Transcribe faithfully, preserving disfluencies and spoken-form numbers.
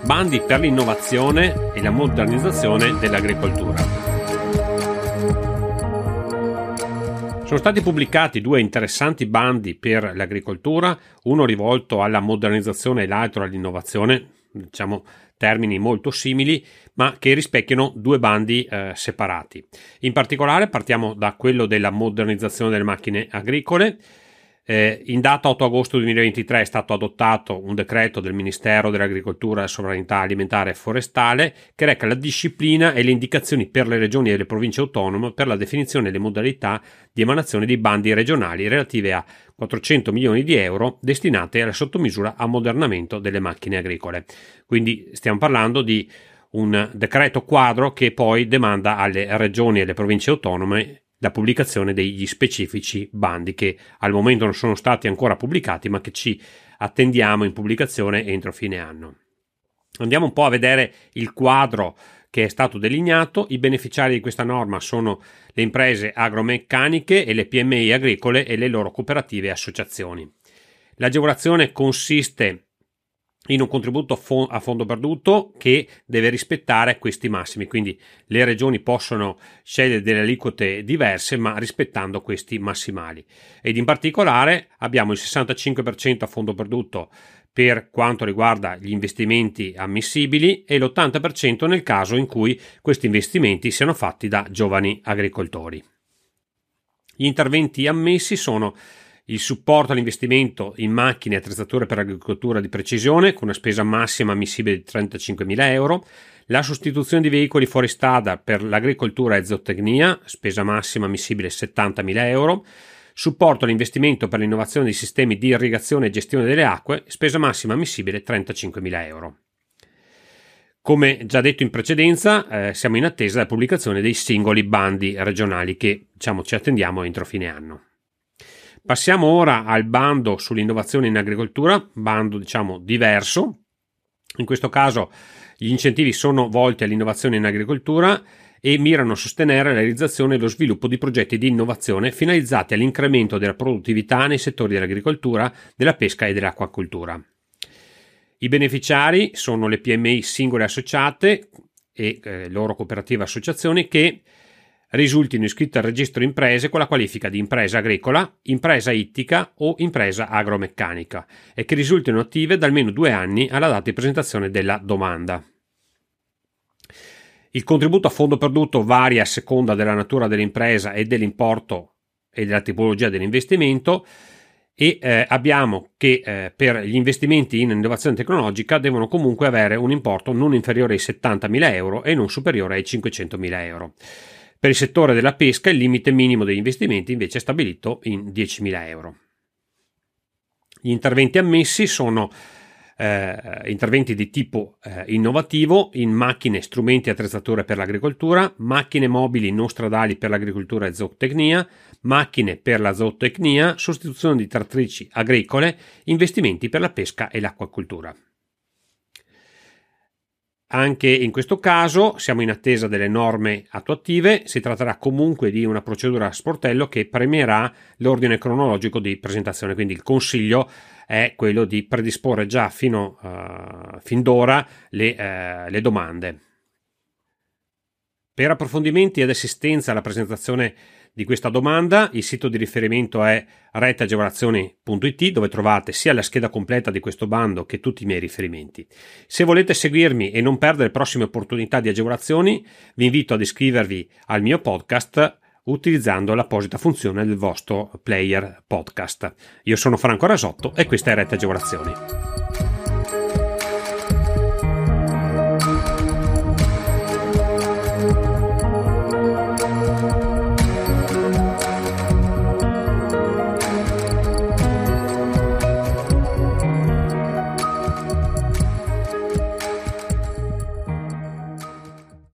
Bandi per l'innovazione e la modernizzazione dell'agricoltura. Sono stati pubblicati due interessanti bandi per l'agricoltura, uno rivolto alla modernizzazione e l'altro all'innovazione, diciamo termini molto simili, ma che rispecchiano due bandi eh, separati. In particolare partiamo da quello della modernizzazione delle macchine agricole. Eh, in data otto agosto duemilaventitré è stato adottato un decreto del Ministero dell'Agricoltura e Sovranità Alimentare e Forestale che reca la disciplina e le indicazioni per le regioni e le province autonome per la definizione e le modalità di emanazione dei bandi regionali relative a quattrocento milioni di euro destinate alla sottomisura ammodernamento delle macchine agricole. Quindi stiamo parlando di un decreto quadro che poi demanda alle regioni e alle province autonome la pubblicazione degli specifici bandi che al momento non sono stati ancora pubblicati ma che ci attendiamo in pubblicazione entro fine anno. Andiamo un po' a vedere il quadro che è stato delineato. I beneficiari di questa norma sono le imprese agromeccaniche e le P M I agricole e le loro cooperative e associazioni. L'agevolazione consiste in un contributo a fondo perduto che deve rispettare questi massimi, quindi le regioni possono scegliere delle aliquote diverse ma rispettando questi massimali, ed in particolare abbiamo il sessantacinque per cento a fondo perduto per quanto riguarda gli investimenti ammissibili e l'ottanta per cento nel caso in cui questi investimenti siano fatti da giovani agricoltori. Gli interventi ammessi sono il supporto all'investimento in macchine e attrezzature per agricoltura di precisione con una spesa massima ammissibile di trentacinquemila euro, la sostituzione di veicoli fuori strada per l'agricoltura e zootecnia, spesa massima ammissibile settantamila euro, supporto all'investimento per l'innovazione di sistemi di irrigazione e gestione delle acque, spesa massima ammissibile trentacinquemila euro. Come già detto in precedenza, eh, siamo in attesa della pubblicazione dei singoli bandi regionali che, diciamo, ci attendiamo entro fine anno. Passiamo ora al bando sull'innovazione in agricoltura, bando diciamo diverso. In questo caso gli incentivi sono volti all'innovazione in agricoltura e mirano a sostenere la realizzazione e lo sviluppo di progetti di innovazione finalizzati all'incremento della produttività nei settori dell'agricoltura, della pesca e dell'acquacoltura. I beneficiari sono le P M I singole associate e eh, loro cooperative associazioni che risultino iscritte al registro imprese con la qualifica di impresa agricola, impresa ittica o impresa agromeccanica e che risultino attive da almeno due anni alla data di presentazione della domanda. Il contributo a fondo perduto varia a seconda della natura dell'impresa e dell'importo e della tipologia dell'investimento e eh, abbiamo che eh, per gli investimenti in innovazione tecnologica devono comunque avere un importo non inferiore ai settantamila euro e non superiore ai cinquecentomila euro. Per il settore della pesca il limite minimo degli investimenti invece è stabilito in diecimila euro. Gli interventi ammessi sono eh, interventi di tipo eh, innovativo in macchine, strumenti e attrezzature per l'agricoltura, macchine mobili non stradali per l'agricoltura e zootecnia, macchine per la zootecnia, sostituzione di trattrici agricole, investimenti per la pesca e l'acquacoltura. Anche in questo caso siamo in attesa delle norme attuative. Si tratterà comunque di una procedura a sportello che premierà l'ordine cronologico di presentazione, quindi il consiglio è quello di predisporre già fino uh, fin d'ora le, uh, le domande. Per approfondimenti ed assistenza alla presentazione di questa domanda, il sito di riferimento è reteagevolazioni punto it, dove trovate sia la scheda completa di questo bando che tutti i miei riferimenti. Se volete seguirmi e non perdere prossime opportunità di agevolazioni, vi invito ad iscrivervi al mio podcast utilizzando l'apposita funzione del vostro player podcast. Io sono Franco Rasotto e questa è Rete Agevolazioni.